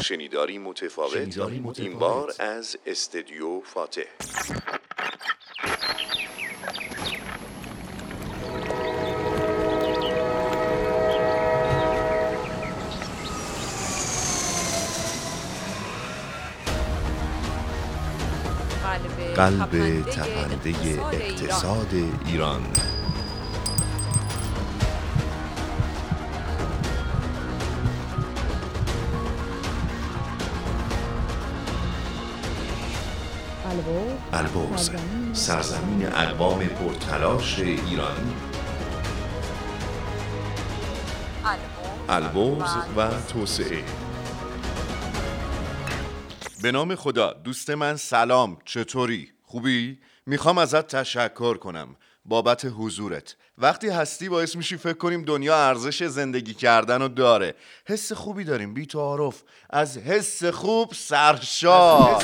شنیداری متفاوت این بار از استدیو فاتح. قلب تپنده اقتصاد ایران. البرز، سرزمین اقوام پرتلاش ایران. البرز و توسعه. به نام خدا. دوست من سلام، چطوری؟ خوبی؟ میخوام ازت تشکر کنم بابت حضورت. وقتی هستی باعث میشی فکر کنیم دنیا ارزش زندگی کردن رو داره. حس خوبی داریم، بی تعارف. از حس خوب سرشار.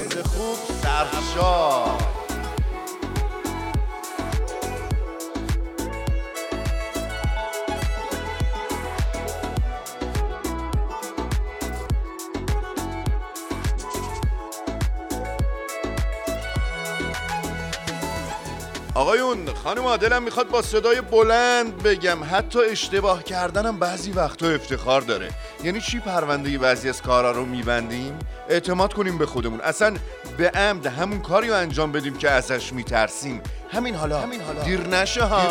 آقایون، خانم، دلم میخواد با صدای بلند بگم حتی اشتباه کردنم بعضی وقتا افتخار داره. یعنی چی؟ پرونده بعضی از کارا رو میبندیم، اعتماد کنیم به خودمون، اصلا به عمد همون کاری رو انجام بدیم که ازش میترسیم. همین حالا دیر نشه ها.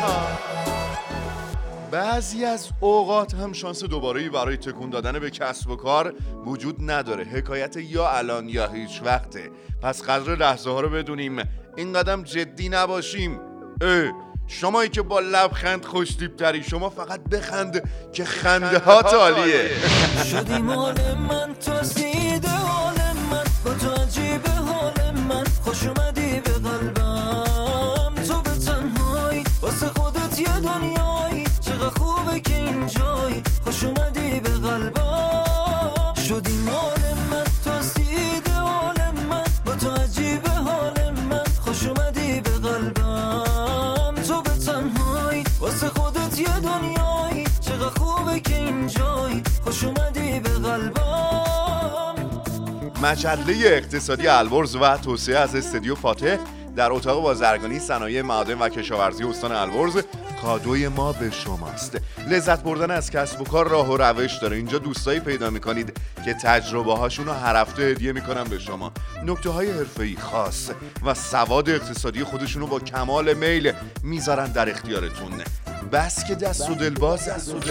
بعضی از اوقات هم شانس دوباره‌ای برای تکون دادن به کسب و کار وجود نداره. حکایت یا الان یا هیچ وقته. پس قدر لحظه ها رو بدونیم، این قدم جدی نباشیم. شمایی که با لبخند خوش‌تیپ‌تری، شما فقط بخند که خنده ها عالیه. شدی مال من، تو سیده حال من، با تو عجیبه حال من، خوش اومدی به قلبم. تو به تنهایی واسه خودت یه دنیایی، چقدر خوبه که اینجایی، خوش اومدی به قلبم. شدی مال من، تو سیده حال من، با تو عجیبه حال من، خوش اومدی به قلبم. تو به تنهایی واسه خودت یه دنیایی، چقدر خوبه که اینجایی، خوش اومدی به قلبم. مجله اقتصادی البرز و توسعه از استدیو فاتح در اتاق بازرگانی صنایع معادن و کشاورزی استان البرز کادوی ما به شماست. لذت بردن از کسب و کار راه و روش داره. اینجا دوستایی پیدا میکنید که تجربه هاشون رو هر هفته هدیه میکنن به شما. نکته های حرفه‌ای خاص و سواد اقتصادی خودشون رو با کمال میل میذارن در اختیارتون. بس که دست و دل بازه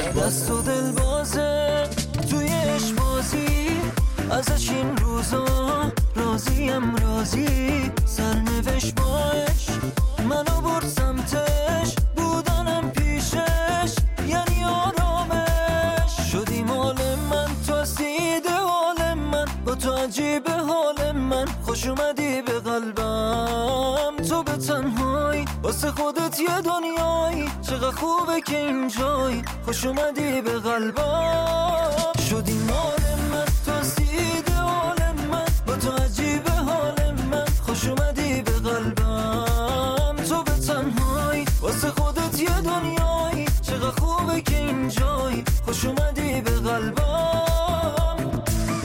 توی عشق‌بازی، ازش این روزا راضیم، راضی سرنوشت باش منو برد سمتش، بودنم پیشش یعنی آرامش. شدی مال من، تو سیده حال من، با تو عجیبه حال من، خوش اومدی به قلبم. تو به تنهایی واسه خودت یه دنیایی، چقدر خوبه که اینجایی، خوش اومدی به قلبم. شدی مال من، تو سیده حال من، با تو عجیبه حال من، خوش اومدی به قلبم. تو به تنهایی واسه خودت یه دنیایی، چقدر خوبه که اینجایی، خوش اومدی به قلبم.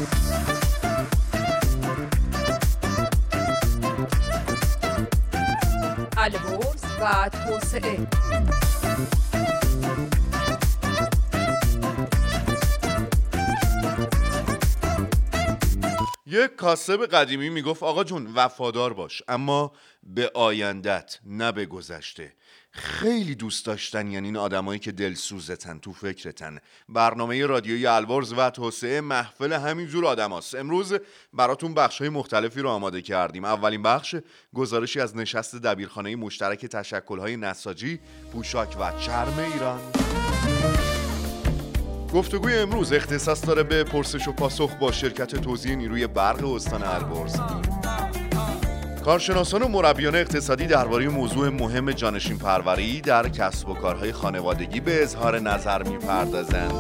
البرز و توسعه. یک کاسب قدیمی میگفت آقا جون وفادار باش، اما به آیندت نه به گذشته. خیلی دوست داشتن یعنی این آدمایی که دلسوزتن، تو فکرتن. برنامه رادیویی البرز و توسعه محفل همینجور آدماست. امروز براتون بخش‌های مختلفی رو آماده کردیم. اولین بخش گزارشی از نشست دبیرخانه مشترک تشکل‌های نساجی، پوشاک و چرم ایران. گفتگوی امروز اختصاص داره به پرسش و پاسخ با شرکت توزیع نیروی برق استان البرز. کارشناسان و مربیان اقتصادی درباره موضوع مهم جانشین پروری در کسب و کارهای خانوادگی به اظهار نظر می‌پردازند.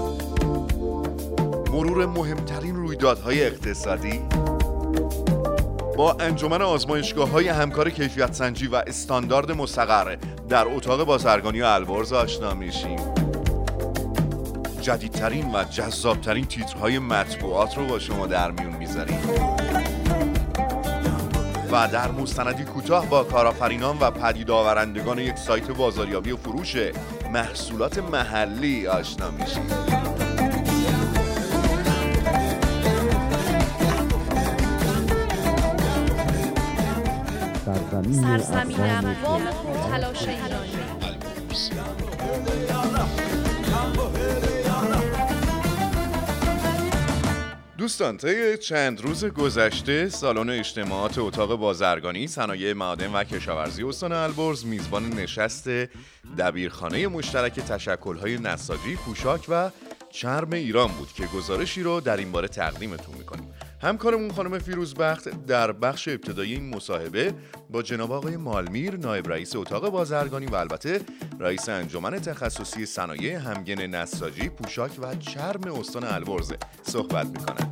مرور مهمترین رویدادهای اقتصادی. با انجمن آزمایشگاه‌های همکار کیفیت سنجی و استاندارد مستقر در اتاق بازرگانی البرز آشنا میشیم. جدیدترین و جذابترین تیترهای مطبوعات رو با شما در میون میذاریم و در مستندی کوتاه با کارآفرینان و پدید آورندگان یک سایت بازاریابی و فروش محصولات محلی آشنا میشید. سرزمین اقوام پرتلاش ایرانی. دوستان، طی چند روز گذشته سالن اجتماعات اتاق بازرگانی صنایع معادن و کشاورزی استان البرز میزبان نشست دبیرخانه مشترک تشکل‌های نساجی، پوشاک و چرم ایران بود که گزارشی رو در این باره تقدیمتون میکنیم. همکارمون خانم فیروزبخت در بخش ابتدایی این مصاحبه با جناب آقای مالمیر، نایب رئیس اتاق بازرگانی و البته رئیس انجمن تخصصی صنایع همگن نساجی، پوشاک و چرم استان البرز صحبت میکنن.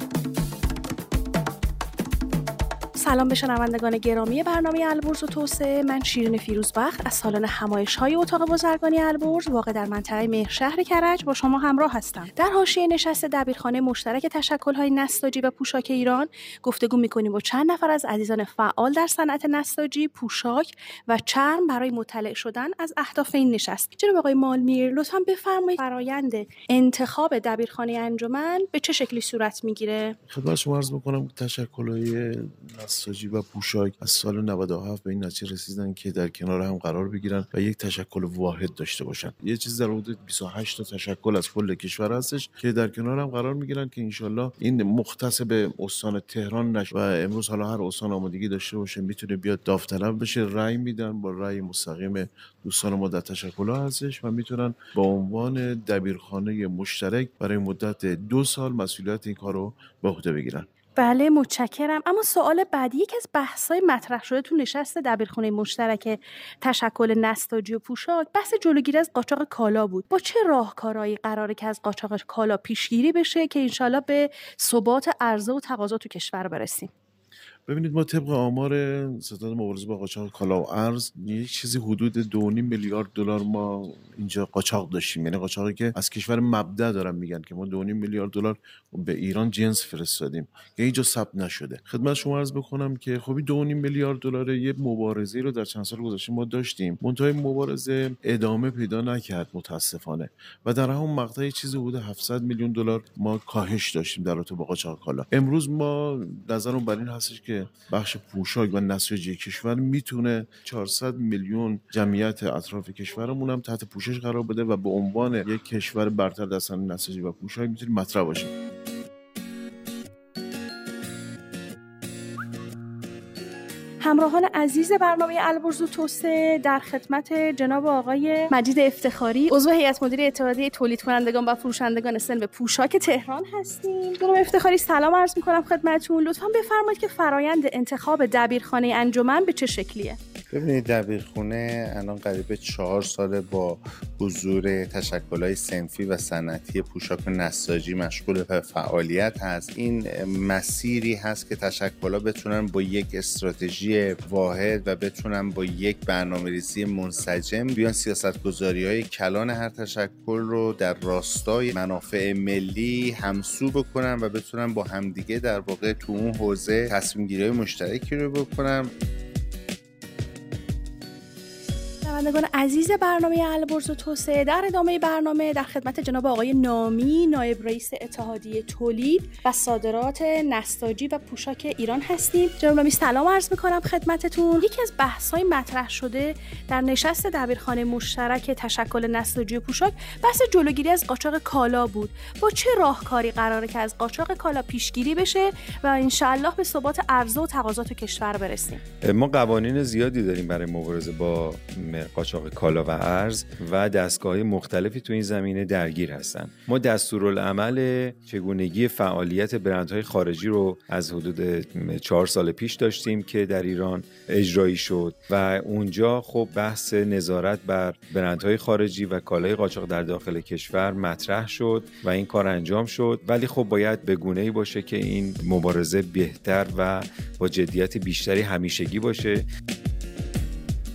سلام به شنوندگان گرامی برنامه البرز و توسعه. من شیرین فیروزبخت از سالن همایش‌های اتاق بازرگانی البرز واقع در منطقه مهرشهر کرج با شما همراه هستم. در حاشیه نشست دبیرخانه مشترک تشکل‌های نساجی و پوشاک ایران گفتگو می‌کنیم با چند نفر از عزیزان فعال در صنعت نساجی، پوشاک و چرم برای مطلع شدن از اهداف این نشست. جناب آقای مالمیر، لطفاً بفرمایید فرآیند انتخاب دبیرخانه انجمن به چه شکلی صورت می‌گیره؟ خدمت شما عرض می‌کنم تشکل‌های نساجی و پوشاک از سال 97 به این نتیجه رسیدن که در کنار هم قرار بگیرن و یک تشکل واحد داشته باشن. یه چیز در حدود 28 تا تشکل از کل کشور هستش که در کنار هم قرار میگیرن که انشالله این مختص به استان تهران نشه و امروز حالا هر استان آمادگی داشته باشه میتونه بیاد داوطلب بشه. رأی میدن، با رأی مستقیم دوستان ما در تشکل‌ها هستش و میتونن با عنوان دبیرخانه مشترک برای مدت 2 سال مسئولیت این کارو به عهده بگیرن. بله، متشکرم. اما سوال بعدی، یکی از بحث‌های مطرح شده تو نشست دبیرخانه مشترک تشکل نساجی و پوشاک بحث جلوگیری از قاچاق کالا بود. با چه راهکارهایی قراره که از قاچاق کالا پیشگیری بشه که انشالله به ثبات عرضه و تقاضا تو کشور برسیم؟ ببینید، ما طبق آمار ستاد مبارزه با قاچاق کالا و ارز یک چیزی حدود 2.5 میلیارد دلار ما اینجا قاچاق داشتیم. یعنی قاچاقی که از کشور مبدأ دارن میگن که ما 2.5 میلیارد دلار به ایران جنس فرستادیم که اینجا ثبت نشده. خدمت شما عرض بکنم که خب 2.5 میلیارد دلار یه مبارزه رو در چند سال گذشته ما داشتیم. منتهای مبارزه ادامه پیدا نکرد متاسفانه و در همون مقطع چیزی حدود 700 میلیون دلار ما کاهش داشتیم در رابطه با قاچاق کالا. امروز ما نظرم بر این هستش که بخش پوشاک و نساجی کشور میتونه 400 میلیون جمعیت اطراف کشورمون هم تحت پوشش قرار بده و به عنوان یک کشور برتر در صنعت نساجی و پوشاک میتونه مطرح باشه. همراهان عزیز برنامه البرز و توسعه، در خدمت جناب آقای مجید افتخاری، عضو هیئت مدیره اتحادیه تولید کنندگان و فروشندگان صنف پوشاک تهران هستیم. جناب افتخاری، سلام عرض می‌کنم خدمتتون. لطفاً بفرمایید که فرایند انتخاب دبیرخانه انجمن به چه شکلیه؟ ببینید، دبیرخونه الان قریب 4 ساله با حضور تشکل‌های صنفی و صنعتی پوشاک و نساجی مشغول به فعالیت هست. این مسیری هست که تشکل‌ها بتونن با یک استراتژی واحد و بتونن با یک برنامه‌ریزی منسجم بیان سیاست‌گذاری‌های کلان هر تشکل رو در راستای منافع ملی همسو بکنن و بتونن با همدیگه در واقع تو اون حوزه تصمیم‌گیری‌های مشترکی رو بکنن. شنوندگان عزیز برنامه البرز و توسعه، در ادامه برنامه در خدمت جناب آقای نامی، نایب رئیس اتحادیه تولید و صادرات نساجی و پوشاک ایران هستیم. جناب نامی، سلام عرض می‌کنم خدمتتون. یکی از بحث‌های مطرح شده در نشست دبیرخانه مشترک تشکل نساجی و پوشاک بحث جلوگیری از قاچاق کالا بود. با چه راهکاری قراره که از قاچاق کالا پیشگیری بشه و انشاءالله به ثبات عرضه و تقاضا تو کشور برسیم؟ ما قوانین زیادی داریم برای مبارزه با قاچاق کالا و ارز و دستگاه‌های مختلفی تو این زمینه درگیر هستن. ما دستورالعمل چگونگی فعالیت برندهای خارجی رو از حدود 4 سال پیش داشتیم که در ایران اجرایی شد و اونجا خب بحث نظارت بر برندهای خارجی و کالای قاچاق در داخل کشور مطرح شد و این کار انجام شد، ولی خب باید به گونه‌ای باشه که این مبارزه بهتر و با جدیت بیشتری همیشگی باشه.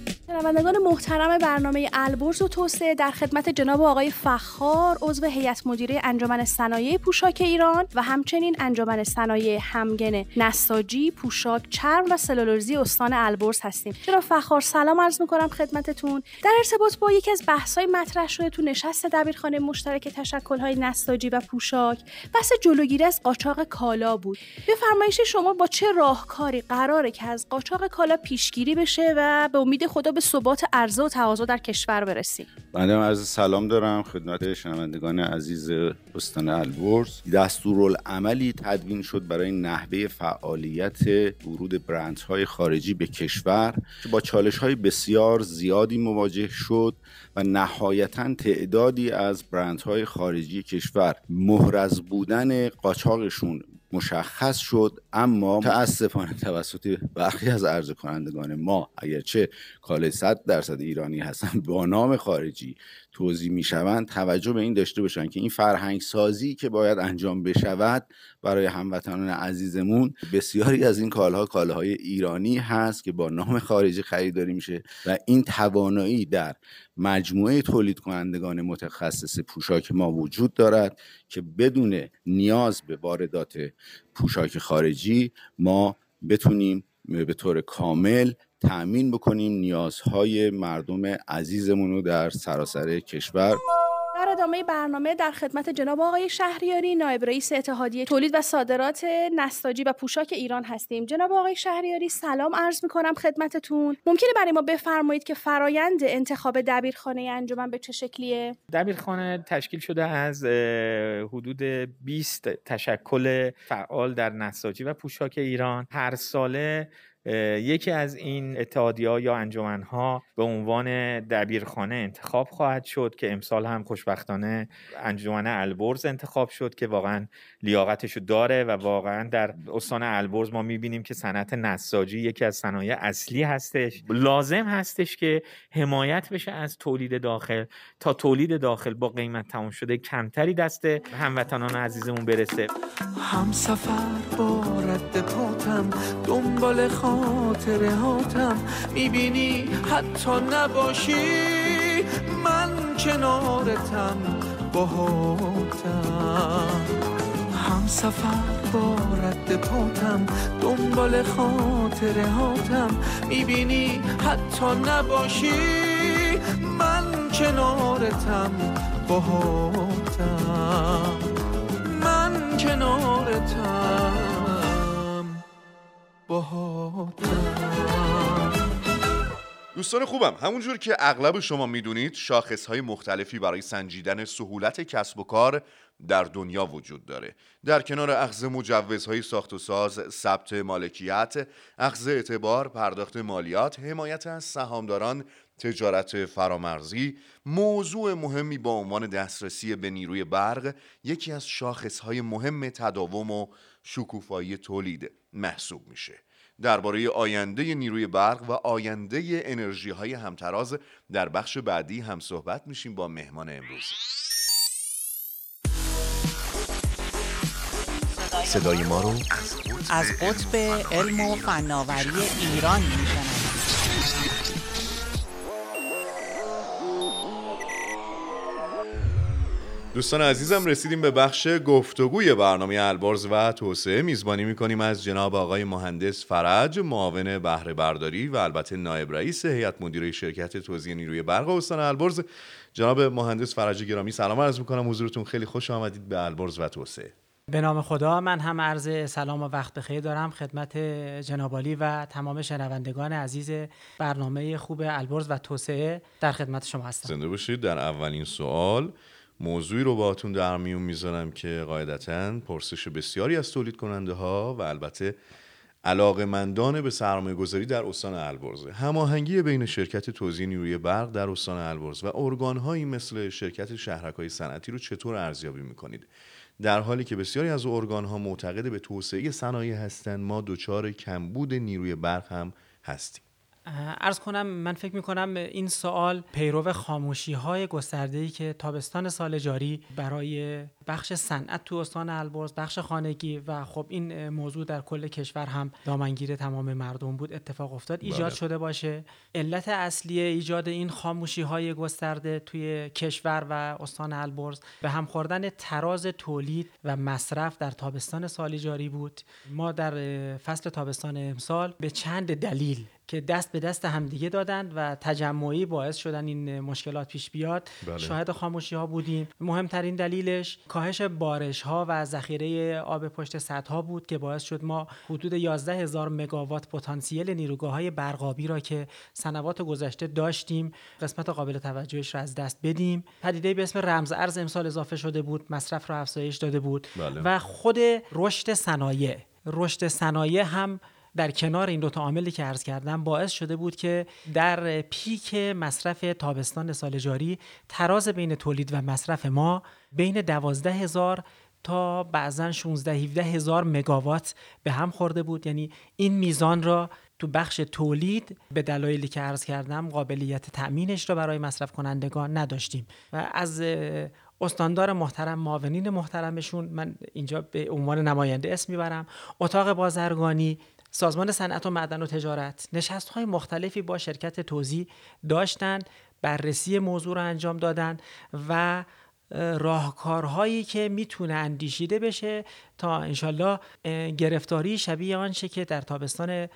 شنوندگان محترم برنامه البرز و توسعه، در خدمت جناب آقای فخار، عضو هیئت مدیره انجمن صنایع پوشاک ایران و همچنین انجمن صنایع همگن نساجی، پوشاک، چرم و سلولوزی استان البرز هستیم. جناب فخار سلام عرض می‌کنم خدمتتون. در ارتباط با یکی از بحث‌های مطرح شده تو نشست دبیرخانه مشترک تشکل‌های نساجی و پوشاک، بحث جلوگیری از قاچاق کالا بود. به فرمایش شما با چه راهکاری قراره که از قاچاق کالا پیشگیری بشه و به امید خدا به ثبات عرضه و تقاضا در کشور برسیم؟ بنده عرض سلام دارم خدمت شنوندگان عزیز استان البرز. دستورالعملی تدوین شد برای نحوه فعالیت ورود برندهای خارجی به کشور که با چالش‌های بسیار زیادی مواجه شد و نهایتاً تعدادی از برندهای خارجی کشور محرز بودن قاچاقشون مشخص شد، اما متاسفانه توسط برخی از عرضه کنندگان ما، اگرچه کالای 100% ایرانی هستن، با نام خارجی توزیع میشوند، توجه به این داشته باشن که این فرهنگ سازی که باید انجام بشود برای هموطنان عزیزمون، بسیاری از این کالاهای ایرانی هست که با نام خارجی خریداری میشه و این توانایی در مجموعه تولید کنندگان متخصص پوشاک ما وجود دارد که بدون نیاز به واردات پوشاک خارجی ما بتونیم به طور کامل تأمین بکنیم نیازهای مردم عزیزمون رو در سراسر کشور. در ادامه برنامه در خدمت جناب آقای شهریاری، نایب رئیس اتحادیه تولید و صادرات نساجی و پوشاک ایران هستیم. جناب آقای شهریاری سلام عرض می‌کنم خدمتتون. ممکنه برای ما بفرمایید که فرایند انتخاب دبیرخانه انجمن به چه شکلیه؟ دبیرخانه تشکیل شده از حدود 20 تشکل فعال در نساجی و پوشاک ایران. هر ساله یکی از این اتحادیه‌ها یا انجمن‌ها به عنوان دبیرخانه انتخاب خواهد شد که امسال هم خوشبختانه انجمن البرز انتخاب شد که واقعا لیاقتشو داره و واقعا در استان البرز ما می‌بینیم که صنعت نساجی یکی از صنایع اصلی هستش. لازم هستش که حمایت بشه از تولید داخل تا تولید داخل با قیمت تمام شده کمتری دست هموطنان عزیزمون برسه. همسفر با رد پاتم دنبال خاطره هاتم، میبینی حتی نباشی من کنارتم باهاتم. همسفر با رد پاتم دنبال خاطره هاتم، میبینی حتی نباشی من کنارتم باهاتم. من کنارتم باهاتم. دوستان خوبم، همونجور که اغلب شما میدونید شاخصهای مختلفی برای سنجیدن سهولت کسب و کار در دنیا وجود داره. در کنار اخذ مجوزهای ساخت و ساز، ثبت مالکیت، اخذ اعتبار، پرداخت مالیات، حمایت از سهامداران، تجارت فرامرزی، موضوع مهمی با عنوان دسترسی به نیروی برق یکی از شاخصهای مهم تداوم و شکوفایی تولید محسوب میشه. درباره آینده نیروی برق و آینده انرژی‌های همتراز در بخش بعدی هم صحبت میشیم با مهمان امروز. صدای ما رو از قطب علم و فناوری ایران میشنوید. دوستان عزیزم، رسیدیم به بخش گفتگوی برنامه البرز و توسعه. میزبانی میکنیم از جناب آقای مهندس فرج، معاون بهره برداری و البته نایب رئیس هیئت مدیره شرکت توزیع نیروی برق استان البرز. جناب مهندس فرج گرامی سلام عرض میکنم حضورتون. خیلی خوش آمدید به البرز و توسعه. به نام خدا، من هم عرض سلام و وقت بخیر دارم خدمت جناب عالی و تمام شنوندگان عزیز برنامه خوب البرز و توسعه. در خدمت شما هستم. زنده باشید. در اولین سوال موضوعی رو باهاتون در میون میذارم که قاعدتاً پرسش بسیاری از تولید کننده ها و البته علاقه‌مندان به سرمایه‌گذاری در استان البرز. هماهنگی بین شرکت توزیع نیروی برق در استان البرز و ارگان‌هایی مثل شرکت شهرک‌های صنعتی رو چطور ارزیابی می‌کنید؟ در حالی که بسیاری از ارگان‌ها معتقد به توسعه صنایع هستند، ما دچار کمبود نیروی برق هم هستیم. عرض کنم من فکر میکنم این سوال پیرو خاموشی های گسترده‌ای که تابستان سال جاری برای بخش صنعت تو استان البرز، بخش خانگی و خب این موضوع در کل کشور هم دامنگیر تمام مردم بود اتفاق افتاد ایجاد شده باشه. علت اصلی ایجاد این خاموشی های گسترده توی کشور و استان البرز به هم خوردن تراز تولید و مصرف در تابستان سال جاری بود. ما در فصل تابستان امسال به چند دلیل که دست به دست همدیگه دادن و تجمعی باعث شدن این مشکلات پیش بیاد شاهد خاموشی ها بودیم. مهمترین دلیلش کاهش بارش ها و ذخیره آب پشت سدها بود که باعث شد ما حدود 11,000 مگاوات پتانسیل نیروگاه های برقابی را که سنوات گذشته داشتیم قسمت قابل توجهش را از دست بدیم. پدیده به اسم رمز ارز امسال اضافه شده بود، مصرف را افزایش داده بود و خود رشد صنایع هم در کنار این دوتا عاملی که عرض کردم باعث شده بود که در پیک مصرف تابستان سال جاری تراز بین تولید و مصرف ما بین 12,000 تا بعضاً 16-17,000 مگاوات به هم خورده بود. یعنی این میزان را تو بخش تولید به دلایلی که عرض کردم قابلیت تأمینش را برای مصرف کنندگان نداشتیم و از استاندار محترم، معاونین محترمشون من اینجا به عنوان نماینده اسم میبرم، اتاق بازرگانی، سازمان صنعت و معدن و تجارت نشست‌های مختلفی با شرکت توزیع داشتن، بررسی موضوع را انجام دادن و راهکارهایی که میتونه اندیشیده بشه تا انشالله گرفتاری شبیه آنچه که در تابستان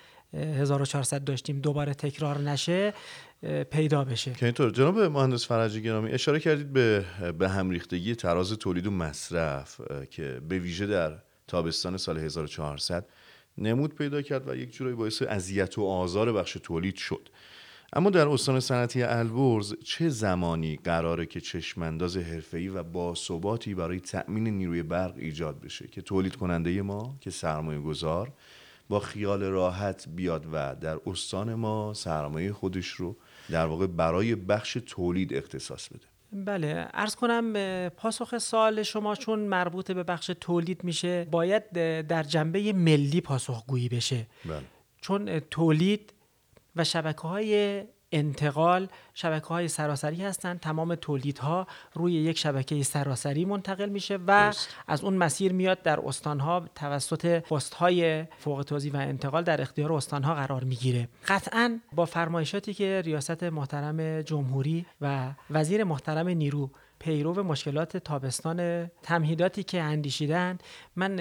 1400 داشتیم دوباره تکرار نشه پیدا بشه. که اینطور جناب مهندس فرجی گرامی اشاره کردید به همریختگی تراز تولید و مصرف که به ویژه در تابستان سال 1400 نمود پیدا کرد و یک جورایی باعث اذیت و آزار بخش تولید شد. اما در استان صنعتی البرز چه زمانی قراره که چشمانداز حرفه‌ای و باثباتی برای تأمین نیروی برق ایجاد بشه که تولید کننده ما که سرمایه گذار با خیال راحت بیاد و در استان ما سرمایه خودش رو در واقع برای بخش تولید اختصاص بده؟ بله، عرض کنم پاسخ سوال شما چون مربوط به بخش تولید میشه باید در جنبه ملی پاسخگویی بشه. بله. چون تولید و شبکه‌های انتقال شبکه‌های سراسری هستند، تمام تولیدها روی یک شبکه سراسری منتقل میشه و از اون مسیر میاد در استانها توسط پست‌های فوق توزیع و انتقال در اختیار استانها قرار میگیره. قطعاً با فرمایشاتی که ریاست محترم جمهوری و وزیر محترم نیرو پیرو مشکلات تابستان تمهیداتی که اندیشیدن، من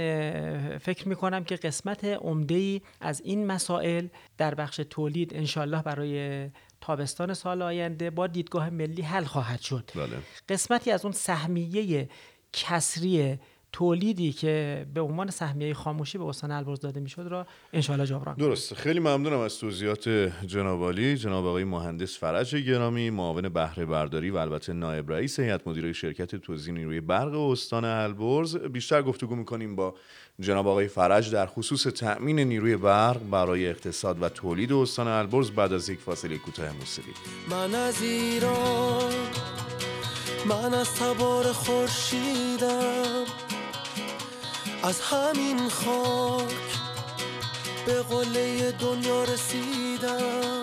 فکر میکنم که قسمت عمده‌ای از این مسائل در بخش تولید انشالله برای تابستان سال آینده با دیدگاه ملی حل خواهد شد. بله. قسمتی از اون سهمیه کسری تولیدی که به عنوان سهمیه خاموشی به استان البرز داده میشد را انشالله جبران کنیم. درسته. خیلی ممنونم از توضیحات جناب عالی، جناب آقای مهندس فرج گرامی، معاون بهره برداری و البته نایب رئیس هیئت مدیره شرکت توزیع نیروی برق استان البرز. بیشتر گفتگو می‌کنیم با جناب آقای فرج در خصوص تأمین نیروی برق برای اقتصاد و تولید استان البرز بعد از یک فاصله کوتاه موسیقی. من از ایران، من از تبار خورشیدم، از همین خاک به قله دنیا رسیدم.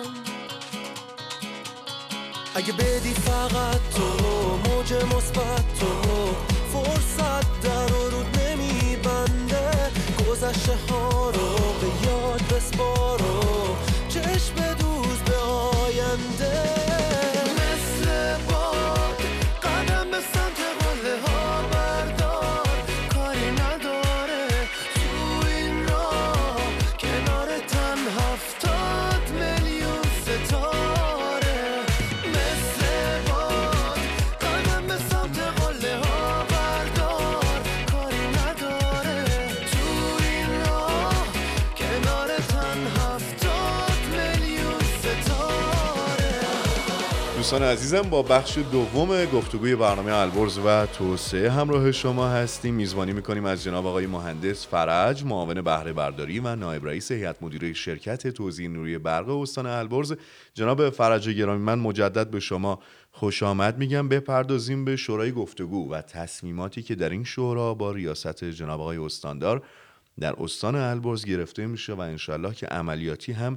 اگه بدی فقط تو موج مثبت تو فرصت در و رود نمیبنده، گذشته ها رو به یاد بسپار و چشم دوز به آینده. مثل باد قدم به سمت قله ها بردار، کاری نداره تو این راه کنار تن 70 میلیون ستاره. مثل باد قدم به سمت قله ها بردار، کاری نداره تو این راه کنار تن 70 میلیون ستاره. دوستان عزیزم، با بخش دوم گفتگوی برنامه البرز و توسعه همراه شما هستیم. میزبانی میکنیم از جناب آقای مهندس فرج، معاون بهره برداری و نایب رئیس هیئت مدیره شرکت توزیع نیروی برق استان البرز. جناب فرج گرامی، من مجدد به شما خوش آمد میگم. بپردازیم به شورای گفتگو و تصمیماتی که در این شورا با ریاست جناب آقای استاندار در استان البرز گرفته میشه و انشالله که عملیاتی هم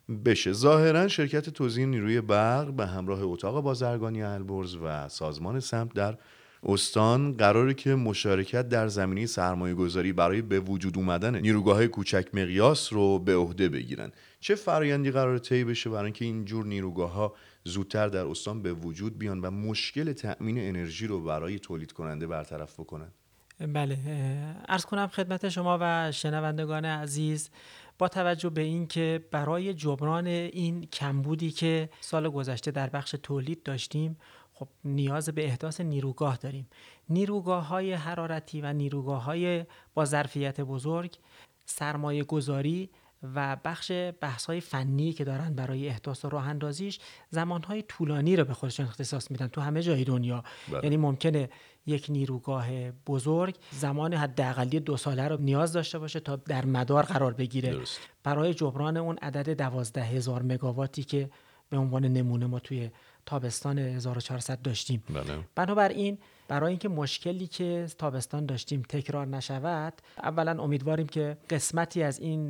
بشه. ظاهرا شرکت توزیع نیروی برق به همراه اتاق بازرگانی البرز و سازمان سمت در استان قراره که مشارکت در زمینه سرمایه‌گذاری برای به وجود اومدن نیروگاه‌های کوچک مقیاس رو به عهده بگیرن. چه فرآیندی قراره طی بشه برای اینکه این جور نیروگاه‌ها زودتر در استان به وجود بیان و مشکل تأمین انرژی رو برای تولید کننده برطرف بکنن؟ بله، عرض کنم خدمت شما و شنوندگان عزیز، با توجه به این که برای جبران این کمبودی که سال گذشته در بخش تولید داشتیم، خب نیاز به احداث نیروگاه داریم. نیروگاه‌های حرارتی و نیروگاه‌های با ظرفیت بزرگ، سرمایه گذاری و بحث‌های فنی که دارن برای احداث و راه اندازیش زمان‌های طولانی رو به خودشون اختصاص میدن تو همه جای دنیا. یعنی ممکنه یک نیروگاه بزرگ زمان حداقلی 2 ساله رو نیاز داشته باشه تا در مدار قرار بگیره. برای جبران اون عدد 12,000 مگاواتی که به عنوان نمونه ما توی تابستان 1400 داشتیم. بنابراین برای اینکه مشکلی که تابستان داشتیم تکرار نشود، اولا امیدواریم که قسمتی از این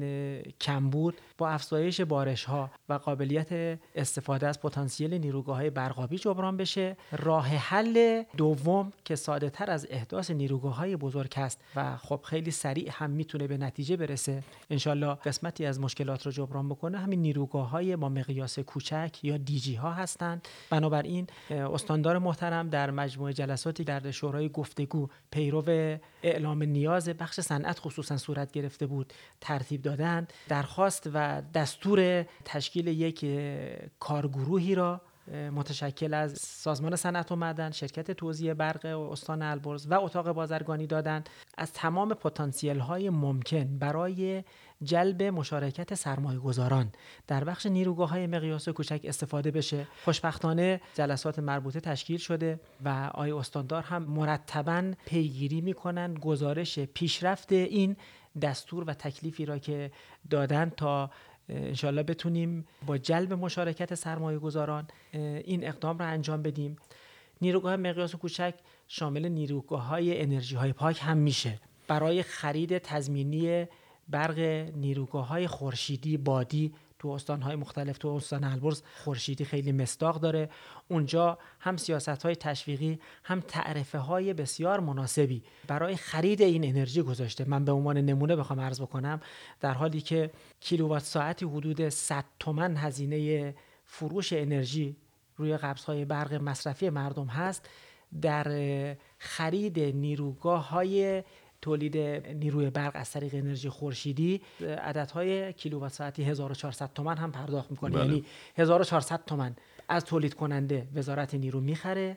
کمبود با افزایش بارش‌ها و قابلیت استفاده از پتانسیل نیروگاه‌های برقابی جبران بشه. راه حل دوم که ساده‌تر از احداث نیروگاه‌های بزرگ است و خب خیلی سریع هم میتونه به نتیجه برسه، انشالله قسمتی از مشکلات رو جبران بکنه، همین نیروگاه‌های با مقیاس کوچک یا دیجی ها هستند. بنابراین استاندار محترم در مجموعه جلساتی در شورای گفتگو پیرو اعلام نیاز بخش صنعت خصوصا صورت گرفته بود، ترتیب دادند، درخواست و دستور تشکیل یک کارگروهی را متشکل از سازمان صنعت و معدن، شرکت توزیع برق استان البرز و اتاق بازرگانی دادند از تمام پتانسیل های ممکن برای جلب مشارکت سرمایه گذاران در بخش نیروگاه های مقیاس کوچک استفاده بشه. خوشبختانه جلسات مربوطه تشکیل شده و آقای استاندار هم مرتباً پیگیری میکنن گزارش پیشرفت این دستور و تکلیفی را که دادن تا انشالله بتونیم با جلب مشارکت سرمایه گذاران این اقدام را انجام بدیم. نیروگاه مقیاس کوچک شامل نیروگاه های انرژی های پاک هم میشه. برای خرید تضمینی برق نیروگاه های خورشیدی بادی تو استان‌های مختلف، تو استان البرز خورشیدی خیلی مصداق داره، اونجا هم سیاست‌های تشویقی هم تعرفه‌های بسیار مناسبی برای خرید این انرژی گذاشته. من به عنوان نمونه بخوام عرض بکنم، در حالی که کیلووات ساعتی حدود 100 تومان هزینه فروش انرژی روی قبض‌های برق مصرفی مردم هست، در خرید نیروگاه‌های تولید نیروی برق از طریق انرژی خورشیدی عددهای کیلووات ساعتی 1400 تومان هم پرداخت میکنه. یعنی 1400 تومان از تولید کننده وزارت نیرو میخره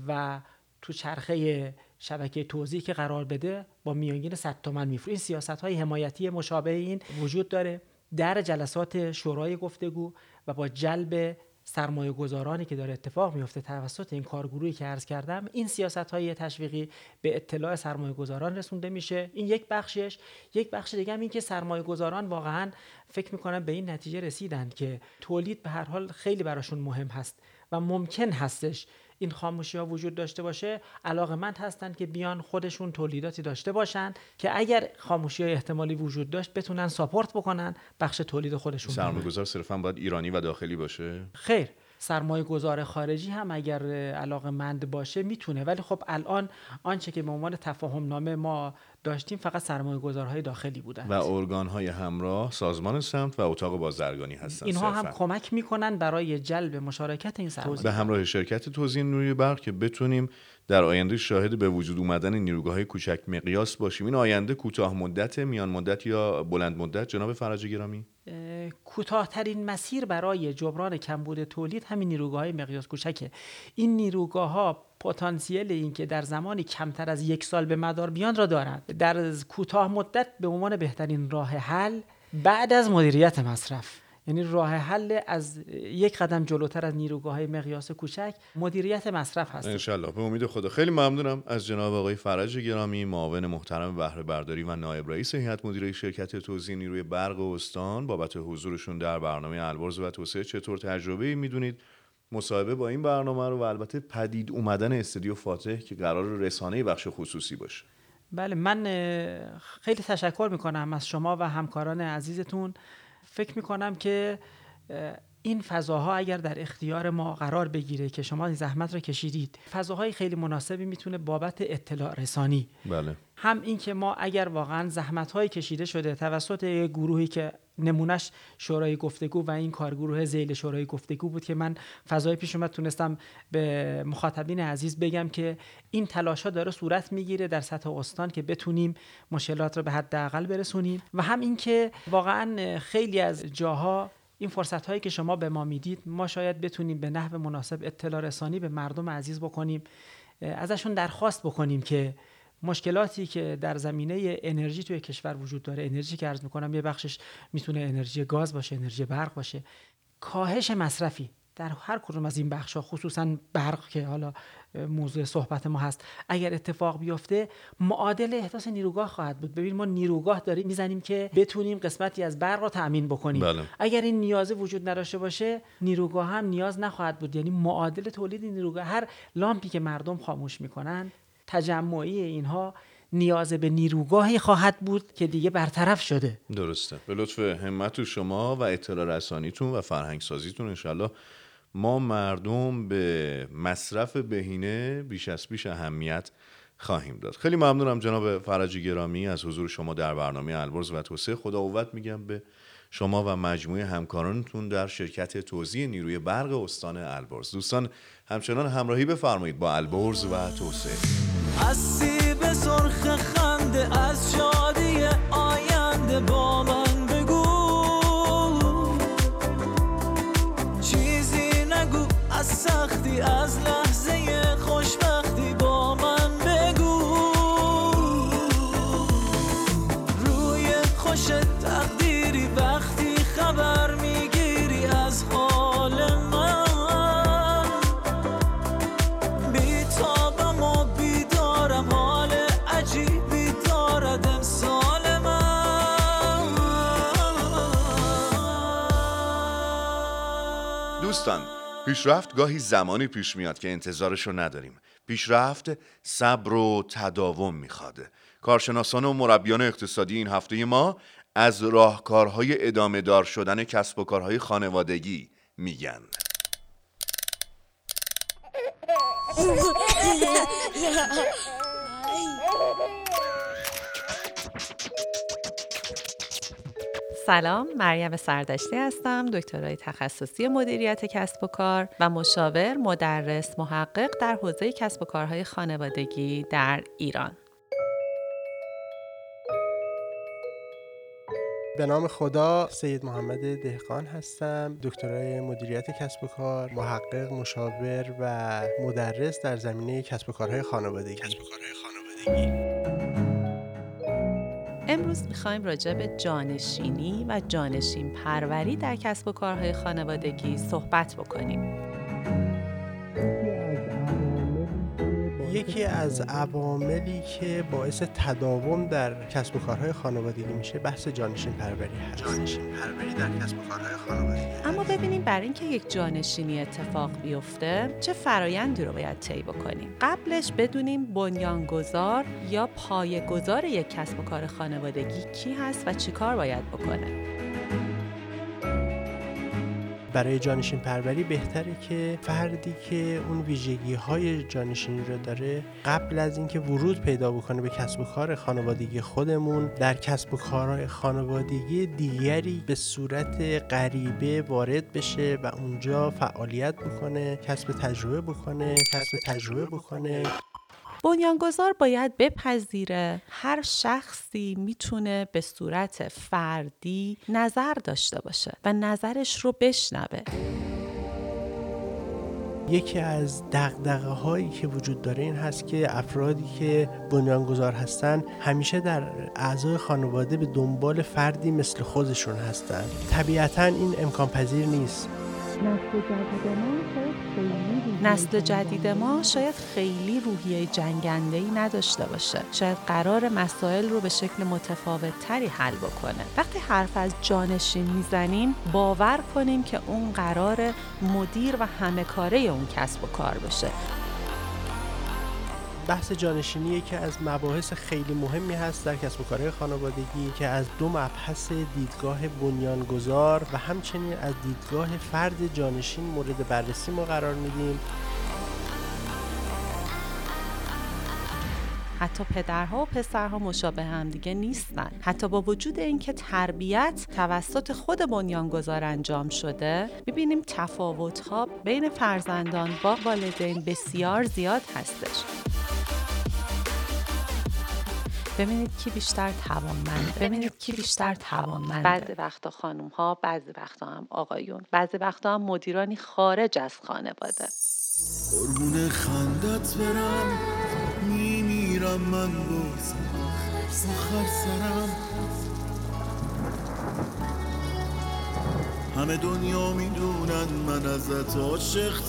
و تو چرخه شبکه توزیع که قرار بده با میانگین 100 تومان میفروشه. این سیاست‌های حمایتی مشابه این وجود داره. در جلسات شورای گفتگو و با جلب سرمایه گذارانی که داره اتفاق میفته توسط این کارگروهی که عرض کردم، این سیاست‌های تشویقی به اطلاع سرمایه گذاران رسونده میشه. این یک بخشش. یک بخش دیگه هم این که سرمایه گذاران واقعا فکر میکنم به این نتیجه رسیدند که تولید به هر حال خیلی براشون مهم هست و ممکن هستش این خاموشی ها وجود داشته باشه، علاقه‌مند هستن که بیان خودشون تولیداتی داشته باشن که اگر خاموشی های احتمالی وجود داشت بتونن ساپورت بکنن بخش تولید خودشون. سرمایه‌گذار صرفاً باید ایرانی و داخلی باشه؟ خیر، سرمایه گذار خارجی هم اگر علاقه‌مند باشه میتونه، ولی خب الان آنچه که به عنوان تفاهم نامه ما داشتیم فقط سرمایه گذارهای داخلی بودند. و ارگان‌های همراه سازمان سمت و اتاق بازرگانی هستن. اینها هم کمک میکنن برای جلب مشارکت این سرمایه به همراه شرکت توزیع نیروی برق که بتونیم در آینده شاهد به وجود اومدن نیروگاه‌های کوچک مقیاس باشیم. این آینده کوتاه مدت، میان مدت یا بلند مدت جناب فرج گرامی؟ کوتاه‌ترین مسیر برای جبران کمبود تولید همین نیروگاه‌های مقیاس کوچکه. این نیروگاه‌ها پتانسیل این که در زمانی کمتر از 1 سال به مدار بیان را دارند. در کوتاه مدت به عنوان بهترین راه حل بعد از مدیریت مصرف، یعنی راه حل از یک قدم جلوتر از نیروگاه‌های مقیاس کوچک مدیریت مصرف هست. انشالله، به امید خدا. خیلی ممنونم از جناب آقای فرج گرامی، معاون محترم بهره برداری و نایب رئیس هیئت مدیره شرکت توزیع نیروی برق استان بابت حضورشون در برنامه البرز و توسعه. چطور تجربه میدونید مصاحبه با این برنامه رو و البته پدید اومدن استودیو فاتح که قرار رسانه بخش خصوصی باشه؟ بله، من خیلی تشکر میکنم از شما و همکاران عزیزتون. فکر میکنم که این فضاها اگر در اختیار ما قرار بگیره که شما این زحمت رو کشیدید، فضاهای خیلی مناسبی میتونه بابت اطلاع رسانی، بله، هم این که ما اگر واقعا زحمت‌های کشیده شده توسط گروهی که نمونش شورای گفتگو و این کارگروه ذیل شورای گفتگو بود که من فضای پیش اومد تونستم به مخاطبین عزیز بگم که این تلاش‌ها داره صورت میگیره در سطح استان که بتونیم مشکلات رو به حداقل برسونیم، و هم این که واقعا خیلی از جاها این فرصت‌هایی که شما به ما میدید ما شاید بتونیم به نحو مناسب اطلاع رسانی به مردم عزیز بکنیم، ازشون درخواست بکنیم که مشکلاتی که در زمینه انرژی توی کشور وجود داره، انرژی که عرض میکنم یه بخشش میتونه انرژی گاز باشه، انرژی برق باشه، کاهش مصرفی در هر کدوم از این بخش‌ها، خصوصا برق که حالا موضوع صحبت ما هست، اگر اتفاق بیفته معادل احداث نیروگاه خواهد بود. ببین ما نیروگاه داریم میزنیم که بتونیم قسمتی از برق رو تأمین بکنیم. بله. اگر این نیاز وجود نداشته باشه نیروگاه هم نیاز نخواهد بود. یعنی معادل تولید نیروگاه، هر لامپی که مردم خاموش میکنن تجمعی اینها نیاز به نیروگاهی خواهد بود که دیگه برطرف شده. درسته. به لطف همت شما و اطلاع رسانیتون و فرهنگ سازیتون انشالله ما مردم به مصرف بهینه بیش از پیش اهمیت خواهیم داد. خیلی ممنونم جناب فرجی گرامی از حضور شما در برنامه البرز و توسعه. خدا قوت میگم به شما و مجموعه همکارانتون در شرکت توزیع نیروی برق استان البرز. دوستان همچنان همراهی بفرمایید با البرز و توسعه. از سیب سرخ خنده، از شادی آینده با من بگو، چیزی نگو از سختی، از لحظه خوشبختی با من بگو، روی خوش تقدیری وقتی خبر میگیری از حال من، بیتابم و بیدارم، حال عجیبی دارد امسال من. دوستان پیشرفت گاهی زمانی پیش میاد که انتظارشو نداریم. پیشرفت صبر و تداوم میخواد. کارشناسان و مربیان اقتصادی این هفته ما از راهکارهای ادامه دار شدن کسب و کارهای خانوادگی میگن. سلام، مریم سردشتی هستم، دکترای تخصصی مدیریت کسب و کار و مشاور، مدرس، محقق در حوزه کسب و کارهای خانوادگی در ایران. به نام خدا، سید محمد دهقان هستم، دکترای مدیریت کسب و کار، محقق، مشاور و مدرس در زمینه کسب و کارهای خانوادگی. امروز میخوایم راجع به جانشینی و جانشین پروری در کسب و کارهای خانوادگی صحبت بکنیم. یکی از عواملی که باعث تداوم در کسب و کارهای خانوادگی میشه بحث جانشین پروری هست. جانشین پروری در کسب و کارهای خانوادگی. اما ببینیم برای اینکه یک جانشینی اتفاق بیفته چه فرایندی رو باید طی بکنیم. قبلش بدونیم بنیانگذار یا پایه‌گذار یک کسب و کار خانوادگی کی هست و چی کار باید بکنه. برای جانشین پروری بهتره که فردی که اون ویژگی‌های جانشینی رو داره قبل از اینکه ورود پیدا بکنه به کسب و کار خانوادگی خودمون، در کسب و کارهای خانوادگی دیگری به صورت غریبه وارد بشه و اونجا فعالیت بکنه، کسب تجربه بکنه. بنیانگذار باید بپذیره هر شخصی میتونه به صورت فردی نظر داشته باشه و نظرش رو بشنوه. یکی از دغدغه‌هایی که وجود داره این هست که افرادی که بنیانگذار هستن همیشه در اعضای خانواده به دنبال فردی مثل خودشون هستن. طبیعتاً این امکان پذیر نیست. نسل جدید ما شاید خیلی روحیه جنگنده‌ای نداشته باشه. شاید قرار مسائل رو به شکل متفاوت‌تری حل بکنه. وقتی حرف از جانشین میزنیم باور کنیم که اون قرار مدیر و همه کاره اون کسب و کار بشه. بحث جانشینی یکی از مباحث خیلی مهمی هست در کسب و کارهای خانوادگی که از دو مبحث دیدگاه بنیانگذار و همچنین از دیدگاه فرد جانشین مورد بررسی ما قرار میدیم. حتی پدرها و پسرها مشابه هم دیگه نیستن. حتی با وجود اینکه تربیت توسط خود بنیانگذار انجام شده، می‌بینیم تفاوت‌ها بین فرزندان با والدین بسیار زیاد هستش. ببینید کی بیشتر توانمنده. بعضی وقتا خانوم‌ها، بعضی وقتا هم آقایون، بعضی وقتا هم مدیرانی خارج از خانواده. قربون خندت برم، میمیرم من باز آخر سرم. همه دنیا میدونن من ازت عاشق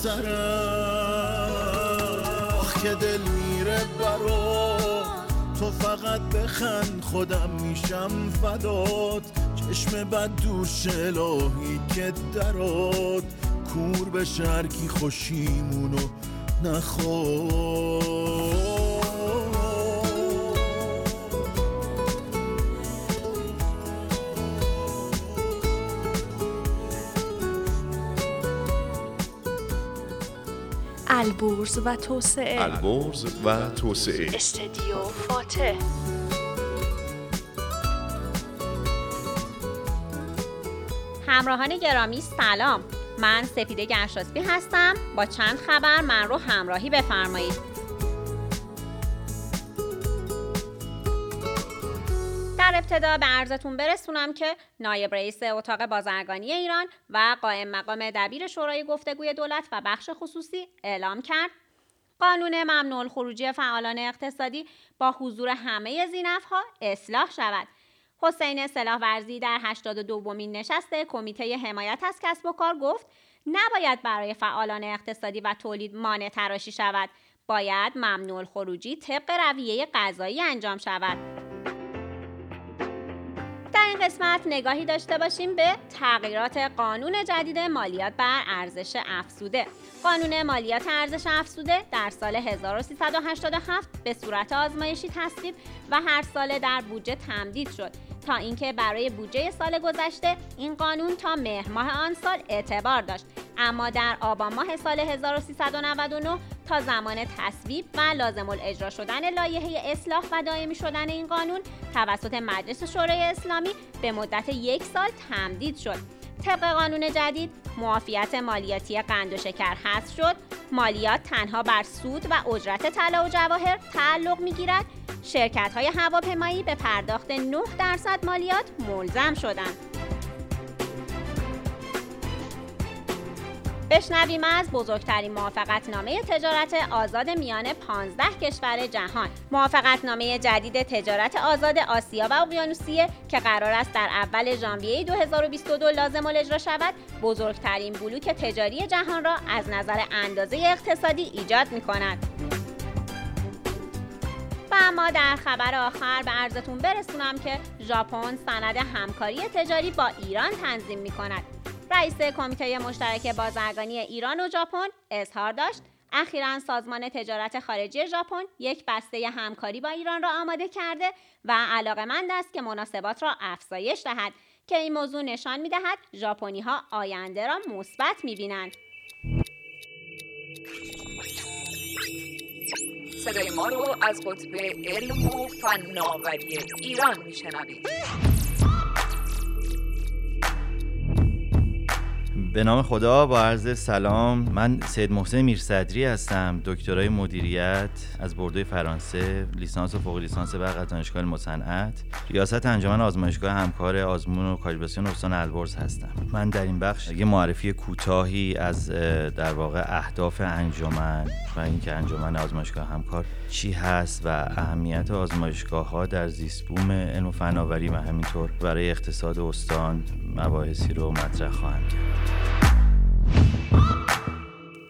ترم. آخ که دل میره برا تو، فقط بخند خودم میشم فدات. چشم بد دور الهی که درات، کور به شرکی خوشیمونو نخواد. البرز و توسعه. استدیو فاتح. همراهان گرامی سلام، من سپیده گرشاسبی هستم. با چند خبر من رو همراهی بفرمایید. در ابتدا به عرضتون برسونم که نایب رئیس اتاق بازرگانی ایران و قائم مقام دبیر شورای گفتگوی دولت و بخش خصوصی اعلام کرد قانون ممنوع الخروجی فعالان اقتصادی با حضور همه ذی‌نفع‌ها اصلاح شود. حسین سلاحورزی در 82مین نشست کمیته حمایت از کسب و کار گفت نباید برای فعالان اقتصادی و تولید مانع تراشی شود. باید ممنوع الخروجی طبق رویه قضایی انجام شود. در این قسمت نگاهی داشته باشیم به تغییرات قانون جدید مالیات بر ارزش افزوده. قانون مالیات ارزش افزوده در سال 1387 به صورت آزمایشی تصویب و هر ساله در بودجه تمدید شد تا اینکه برای بودجه سال گذشته این قانون تا مهر ماه آن سال اعتبار داشت، اما در آبان ماه سال 1399 تا زمان تصویب و لازم الاجرا شدن لایحه اصلاح و دائمی شدن این قانون توسط مجلس شورای اسلامی به مدت 1 سال تمدید شد. طبق قانون جدید معافیت مالیاتی قند و شکر حذف شد. مالیات تنها بر سود و اجرت طلا و جواهر تعلق می‌گیرد. شرکت‌های هواپیمایی به پرداخت 9% مالیات ملزم شدند. بشنویم از بزرگترین موافقتنامه تجارت آزاد میان 15 کشور جهان. موافقتنامه جدید تجارت آزاد آسیا و اقیانوسیه که قرار است در اول ژانویه 2022 لازم الاجرا شود، بزرگترین بلوک تجاری جهان را از نظر اندازه اقتصادی ایجاد می‌کند. و اما در خبر آخر به عرضتون برسونم که ژاپن سند همکاری تجاری با ایران تنظیم می‌کند. رئیس کمیته مشترک بازرگانی ایران و ژاپن اظهار داشت اخیراً سازمان تجارت خارجی ژاپن یک بسته همکاری با ایران را آماده کرده و علاقه‌مند است که مناسبات را افزایش دهد که این موضوع نشان می‌دهد ژاپنی‌ها آینده را مثبت می‌بینند. صدای ما رو از قطب علم و فناوری ایران میشنوید. به نام خدا، با عرض سلام. من سید محسن میرصدری هستم، دکترای مدیریت از بوردوی فرانسه، لیسانس و فوق لیسانس برق از دانشگاه علم و صنعت، ریاست انجمن آزمایشگاه همکار آزمون و کالیبراسیون استان البرز هستم. من در این بخش یه معرفی کوتاهی از در واقع اهداف انجمن و اینکه انجمن آزمایشگاه همکار چی هست و اهمیت آزمایشگاه‌ها در زیست بوم علم و فناوری و همینطور برای اقتصاد استان مباحثی رو مطرح خواهم کرد.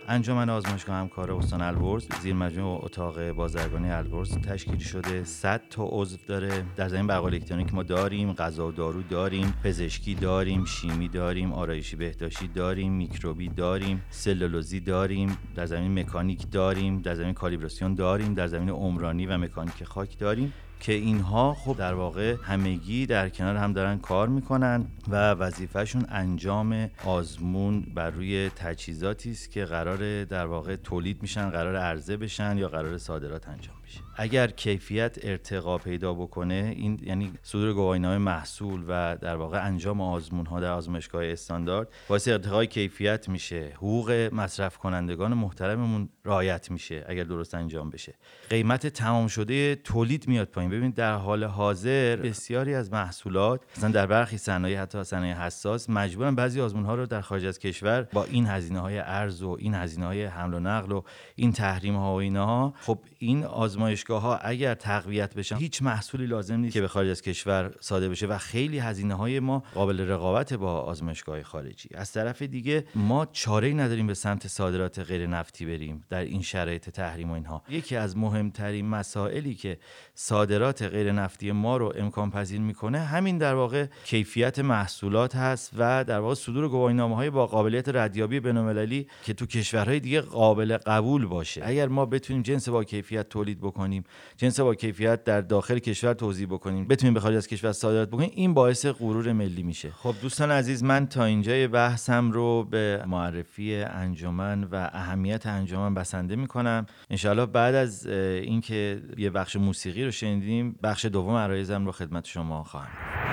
انجمن آزمایشگاه همکار استان البرز زیر مجموعه اتاق بازرگانی البرز تشکیل شده. 100 تا عضو داره. در زمین بقال الکترونیک ما داریم، غذا و دارو داریم، پزشکی داریم، شیمی داریم، آرایشی بهداشتی داریم، میکروبی داریم، سلولوزی داریم، در زمین مکانیک داریم، در زمین کالیبراسیون داریم، در زمین عمرانی و مکانیک خاک داریم که اینها خب در واقع همگی در کنار هم دارن کار میکنن و وظیفهشون انجام آزمون بر روی تجهیزاتی است که قراره در واقع تولید میشن، قراره عرضه بشن یا قراره صادرات انجام بشه. اگر کیفیت ارتقا پیدا بکنه، این یعنی صدور گواهینامه محصول و در واقع انجام آزمون ها در آزمایشگاه استاندارد باعث ارتقای کیفیت میشه، حقوق مصرف کنندگان محترممون رعایت میشه اگر درست انجام بشه، قیمت تمام شده تولید میاد پایین. ببینید در حال حاضر بسیاری از محصولات مثلا در برخی صنایع، حتی صنایع حساس، مجبورن بعضی آزمون ها رو در خارج از کشور با این هزینه های ارز و این هزینه های حمل و نقل و این تحریم ها و اینها، خب این آزمایشگاه ها اگر تقویت بشن هیچ محصولی لازم نیست که به خارج از کشور صادر بشه و خیلی هزینه های ما قابل رقابت با آزمایشگاه خارجی. از طرف دیگه ما چاره‌ای نداریم به سمت صادرات غیر نفتی بریم در این شرایط تحریم و اینها. یکی از مهمترین مسائلی که صادرات غیر نفتی ما رو امکان پذیر میکنه همین در واقع کیفیت محصولات هست و در واقع صدور گواهینامه‌های با قابلیت ردیابی بین‌المللی که تو کشورهای دیگه قابل قبول باشه. اگر ما بتونیم جنس با کیفیت تولید بکنیم، جنس با کیفیت در داخل کشور توزیع بکنیم، بتونیم به خارج از کشور صادرات بکنیم، این باعث غرور ملی میشه. خب دوستان عزیز، من تا اینجای بحثم رو به معرفی انجمن و اهمیت انجمن بسنده میکنم. انشالله بعد از اینکه یه بخش موسیقی رو شنیدیم، بخش دوم عرایزم رو خدمت شما خواهم.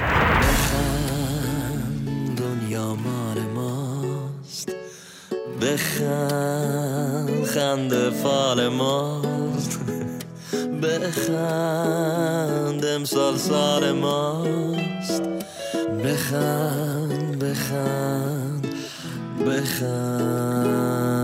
بخند دنیا مال ماست، بخند خنده فال ماست، بخند امسال سال ماست، بخند بخند بخند.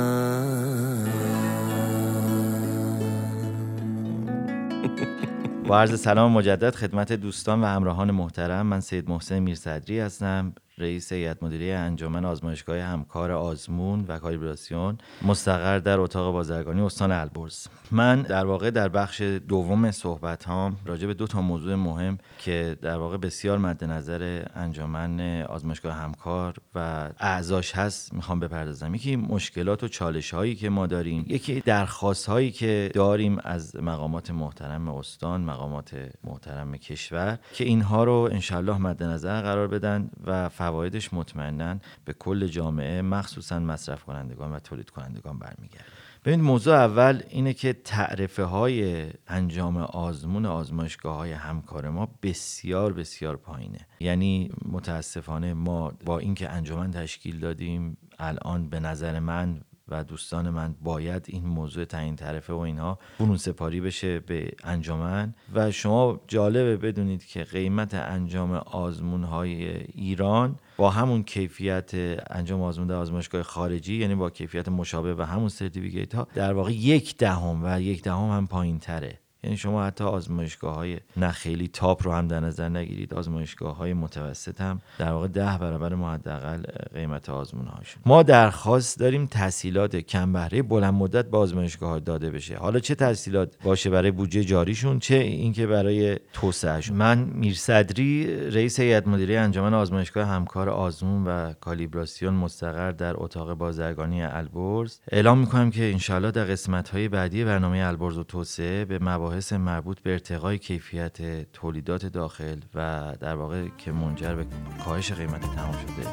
با عرض سلام مجدد خدمت دوستان و همراهان محترم، من سید محسن میرصدری هستم، رئیس هیئت مدیره انجمن آزمایشگاه همکار آزمون و کالیبراسیون مستقر در اتاق بازرگانی استان البرز. من در واقع در بخش دوم صحبت هام راجع به 2 موضوع مهم که در واقع بسیار مد نظر انجمن آزمایشگاه همکار و اعضاش هست میخوام بپردازم. یکی مشکلات و چالش هایی که ما داریم، یکی درخواست هایی که داریم از مقامات محترم استان، مقامات محترم کشور که اینها رو انشالله مد نظر قرار بدن و فوایدش مطمئناً به کل جامعه مخصوصاً مصرف کنندگان و تولید کنندگان برمیگرده. ببینید موضوع اول اینه که تعرفه های انجام آزمون آزمایشگاه های همکار ما بسیار بسیار پایینه. یعنی متاسفانه ما با اینکه انجمن تشکیل دادیم، الان به نظر من و دوستان من باید این موضوع تعیین تعرفه و اینها برون سپاری بشه به انجمن. و شما جالبه بدونید که قیمت انجام آزمون‌های ایران با همون کیفیت انجام آزمون در آزمایشگاه خارجی، یعنی با کیفیت مشابه و همون سرتیفیکیت ها، در واقع 1/10 و 1/10 هم پایین تره. یعنی شما حتی آزمایشگاه‌های نه خیلی تاپ رو هم در نظر نگیرید، آزمایشگاه‌های متوسط هم در واقع 10 برابر ما حداقل قیمت آزمون‌هاشون. ما درخواست داریم تسهیلات کم بهره بلند مدت به آزمایشگاه‌ها داده بشه. حالا چه تسهیلات باشه برای بودجه جاریشون، چه اینکه برای توسعهشون. من میرصدری، رئیس هیئت مدیره انجمن آزمایشگاه همکار آزمون و کالیبراسیون مستقر در اتاق بازرگانی البرز، اعلام می‌کنم که انشالله در قسمت‌های بعدی برنامه البرز و توسعه به مباحث مربوط به ارتقای کیفیت تولیدات داخل و در واقع که منجر به کاهش قیمت تمام شده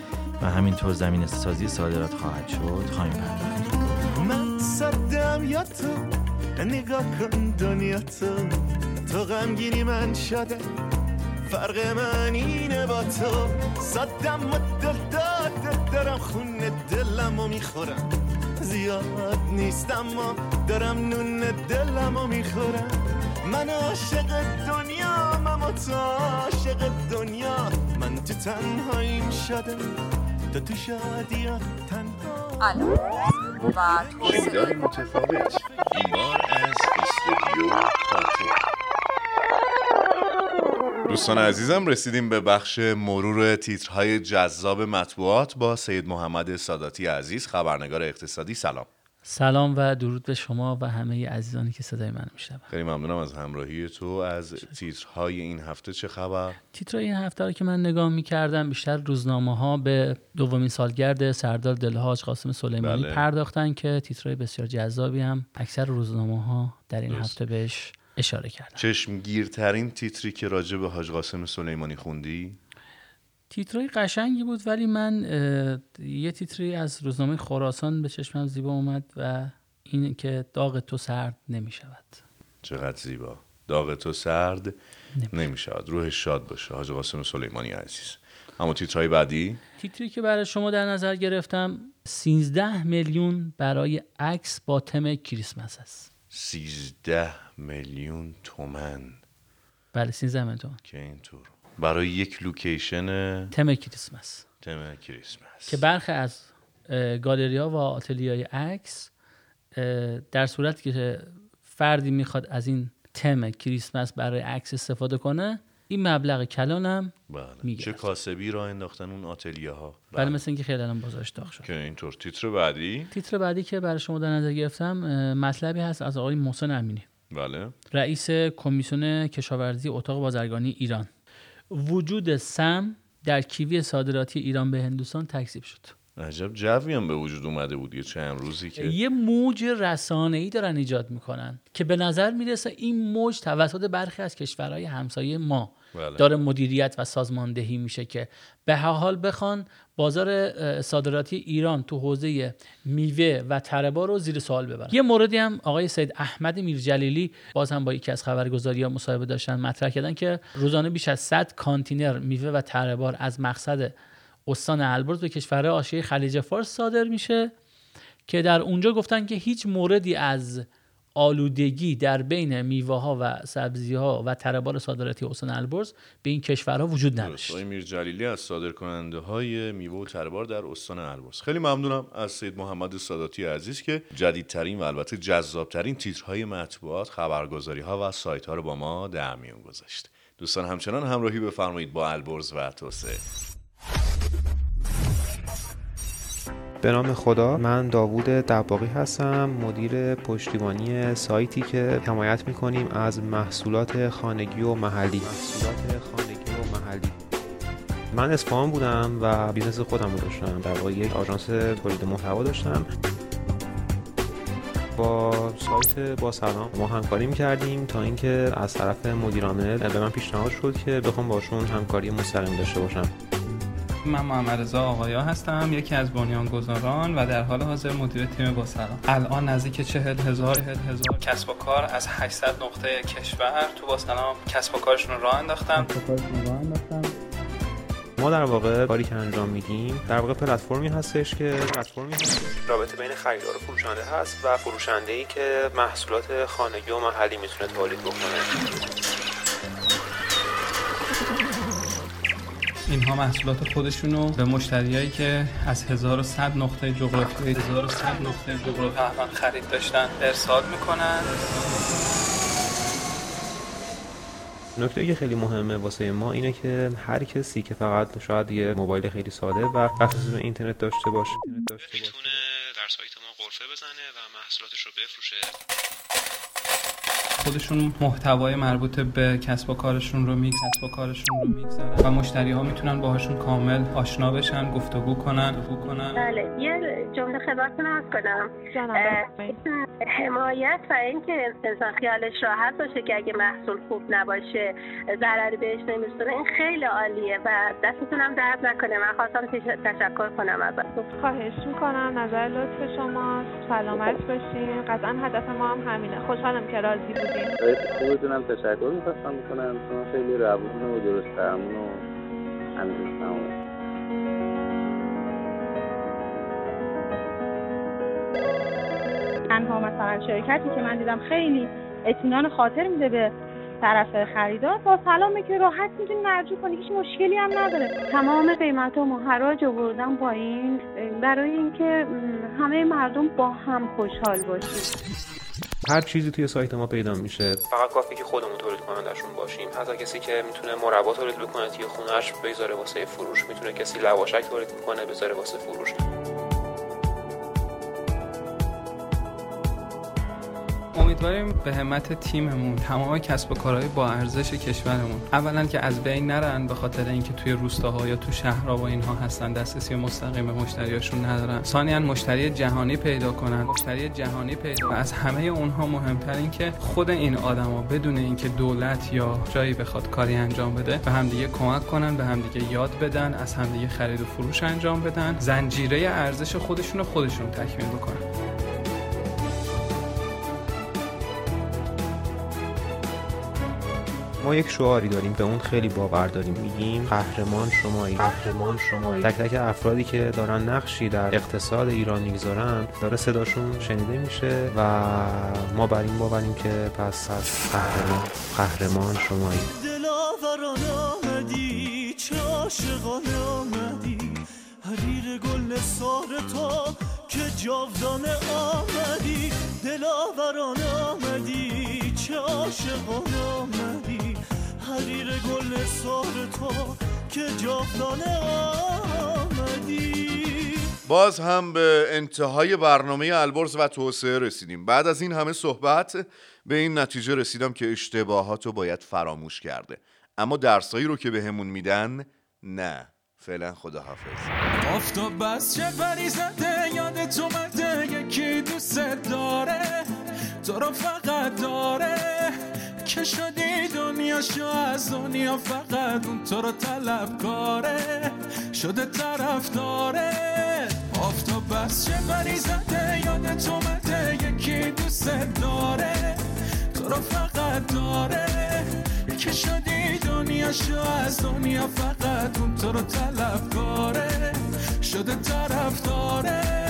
و همینطور زمینه سازی صادرات خواهد شد خواهیم پرداخت. من صدم یا تو نگاه کن دنیا تو غمگینی من شده، فرق من اینه با تو. صدم دل دارم خونه دلمو میخورم، زیاد نیست اما دارم نون دلمو میخورم. من عاشق دنیا، من تو عاشق دنیا، من تو تنهاییم شده، تو شادیات تنها. و شنیدار متفاوت این بار از استودیو فاتح. دوستان عزیزم رسیدیم به بخش مرور تیترهای جذاب مطبوعات با سید محمد ساداتی عزیز، خبرنگار اقتصادی. سلام و درود به شما و همه عزیزانی که صدای من میشنون. خیلی ممنونم از همراهی تو. از تیترهای این هفته چه خبر؟ تیترهای این هفته رو که من نگاه میکردم بیشتر روزنامه‌ها به دومین سالگرد سردار دلهاج قاسم سلیمانی پرداختن که تیترهای بسیار جذابی هم اکثر روزنامه‌ها در این هفته بهش اشاره کردن. چشمگیرترین تیتری که راجع به حاج قاسم سلیمانی خوندی؟ تیترای قشنگی بود، ولی من یه تیتری از روزنامه خراسان به چشمم زیبا اومد و این که داغ تو سرد نمی شود. چقدر زیبا. داغ تو سرد نمی شود. روحش شاد باشه حاج قاسم سلیمانی عزیز. اما تیترای بعدی؟ تیتری که برای شما در نظر گرفتم 13 میلیون برای عکس با تم کریسمس است. 13 میلیون تومان. بله 13 میلیون تومان. که اینطور برای یک لوکیشن تم کریسمس که برخی از گالری‌ها و آتلیه‌های عکس در صورتی که فردی میخواد از این تم کریسمس برای عکس استفاده کنه این مبلغ کلانم میگیره. چه کاسبی راه انداختن اون آتلیه‌ها. بله مثل اینکه خیلی الان بازارش داغ شد. که اینطور. تیتر بعدی که برای شما در نظر گرفتم مطلبی هست از آقای محسن امینی. بله. رئیس کمیسیون کشاورزی اتاق بازرگانی ایران. وجود سم در کیوی صادراتی ایران به هندوستان تکذیب شد. عجب جوی هم به وجود اومده بود یه چند روزی که یه موج رسانه‌ای دارن ایجاد میکنن که به نظر میرسه این موج توسط برخی از کشورهای همسایه ما داره مدیریت و سازماندهی میشه که به هر حال بخوان بازار صادراتی ایران تو حوزه میوه و تره‌بار رو زیر سوال ببرن. یه موردی هم آقای سید احمد میرجلیلی باز هم با یکی از خبرگزاری‌ها مصاحبه داشتن مطرح کردن که روزانه بیش از 100 کانتینر میوه و تره‌بار از مقصد استان البرز به کشورهای حاشیه خلیج فارس صادر میشه که در اونجا گفتن که هیچ موردی از آلودگی در بین میوه‌ها و سبزی‌ها و تره‌بار صادراتی استان البرز به این کشورها وجود نداشت. آقای میرجلیلی از صادرکننده‌های میوه و تره‌بار در استان البرز. خیلی ممنونم از سید محمد ساداتی عزیز که جدیدترین و البته جذابترین تیترهای مطبوعات، خبرگزاری‌ها و سایت‌ها رو با ما در میون گذاشت. دوستان همچنان همراهی بفرمایید با البرز و توسعه. به نام خدا، من داوود دباغی هستم، مدیر پشتیبانی سایتی که حمایت می‌کنیم از محصولات خانگی و محلی. من اصفهان بودم و بیزنس خودم رو داشتم. در واقع یک آژانس تولید محتوا داشتم. با سایت با سلام ما همکاری می‌کردیم تا اینکه از طرف مدیرعامل به من پیشنهاد شد که بخوام باشون همکاری مستقیم داشته باشم. من محمد رضا آقایا هستم، یکی از بنیانگذاران و در حال حاضر مدیر تیم با سلام. الان نزدیک 40,000 کسب و کار از 800 نقطه کشور تو با سلام کسب و کارشون رو راه انداختن. ما در واقع کاری که انجام میدیم در واقع پلتفرمی هستش که رابطه بین خریدار و فروشنده هست و فروشنده‌ای که محصولات خانگی و محلی میتونه تولید بکنه. اینها محصولات خودشونو به مشتریایی که از 1100 نقطه جغرافیایی خرید داشتن ارسال میکنن. نکته که خیلی مهمه واسه ما اینه که هر کسی که فقط شاید یه موبایل خیلی ساده و دسترسی به اینترنت داشته باشه میتونه در سایت ما غرفه بزنه و محصولاتش رو بفروشه. خودشون محتوای مربوط به کسب و کارشون رو میگذارن و مشتری ها میتونن باهاشون کامل آشنا بشن، گفتگو کنن. بله، یه جمله خدمتتون عرض کنم. حمایت و اینکه انسان خیالش راحت باشه که اگه محصول خوب نباشه ضرری بهش نمیرسونه این خیلی عالیه و دستتون هم درد نکنه. من خواستم تشکر کنم ازتون. خواهش میکنم، نظر لطف شماست. سلامت باشین. قطعا هدف ما هم همینه. خوشحالم که راضی بودین. خودتون هم تشکر می‌خواستم بکنم، شما خیلی روون و درست فرمون و همین تمام. تنها مثلا شرکتی که من دیدم خیلی اطمینان خاطر میده به طرف خریدار با سلامه که راحت میتونی مرجوع کنی، هیچ مشکلی هم نداره. تمام قیمت‌ها مهرج آوردن پایین برای اینکه همه مردم با هم خوشحال باشیم. هر چیزی توی سایت ما پیدا میشه. فقط کافیه که خودمون تولید کنندشون باشیم. حتی کسی که میتونه مربا تولید بکنه توی خونه‌اش بذاره واسه فروش، میتونه کسی لواشک تولید کنه بذاره واسه فروش. امیدواریم به همت تیممون تمام کسب و کارهای با ارزش کشورمون اولا که از بین نرن به خاطر اینکه توی روستاها یا تو شهرها و اینها هستن دسترسی مستقیم به مشتریاشون ندارن. ثانیاً مشتری جهانی پیدا کنن، و از همه اونها مهمتر این که خود این آدما بدون اینکه دولت یا جایی بخواد کاری انجام بده به همدیگه کمک کنن، به همدیگه یاد بدن، از همدیگه خرید و فروش انجام بدن، زنجیره ارزش خودشون تکمیل بکنن. ما یک شعاری داریم، به اون خیلی باور داریم، میگیم قهرمان شمایی، قهرمان شمایی. تک تک افرادی که دارن نقشی در اقتصاد ایران میگذارن داره صداشون شنیده میشه و ما بر این باوریم که پس از قهرمان شمایی. دلاورانه آمدی، چه عاشقانه آمدی، حریر گل نثار تو که جاودانه آمدی، دلاورانه آمدی، چه عاشقانه آمدی، حریر گل نثار تو که جاودانه آمدی. باز هم به انتهای برنامه البرز و توسعه رسیدیم. بعد از این همه صحبت به این نتیجه رسیدم که اشتباهاتو باید فراموش کرده، اما درسایی رو که بهمون میدن نه. فعلا خداحافظ. آفتاب بس چه پری زده یادت اومده یکی دوست داره تو رو فقط داره که شدی دنیاشو از دنیا فقط اون تو رو طلبکاره شده طرفداره. آفتاب بس چه پری زده یادت اومده یکی دوست داره تو رو فقط داره که شدی دنیاشو از دنیا فقط اون تو رو طلبکاره شده طرفداره.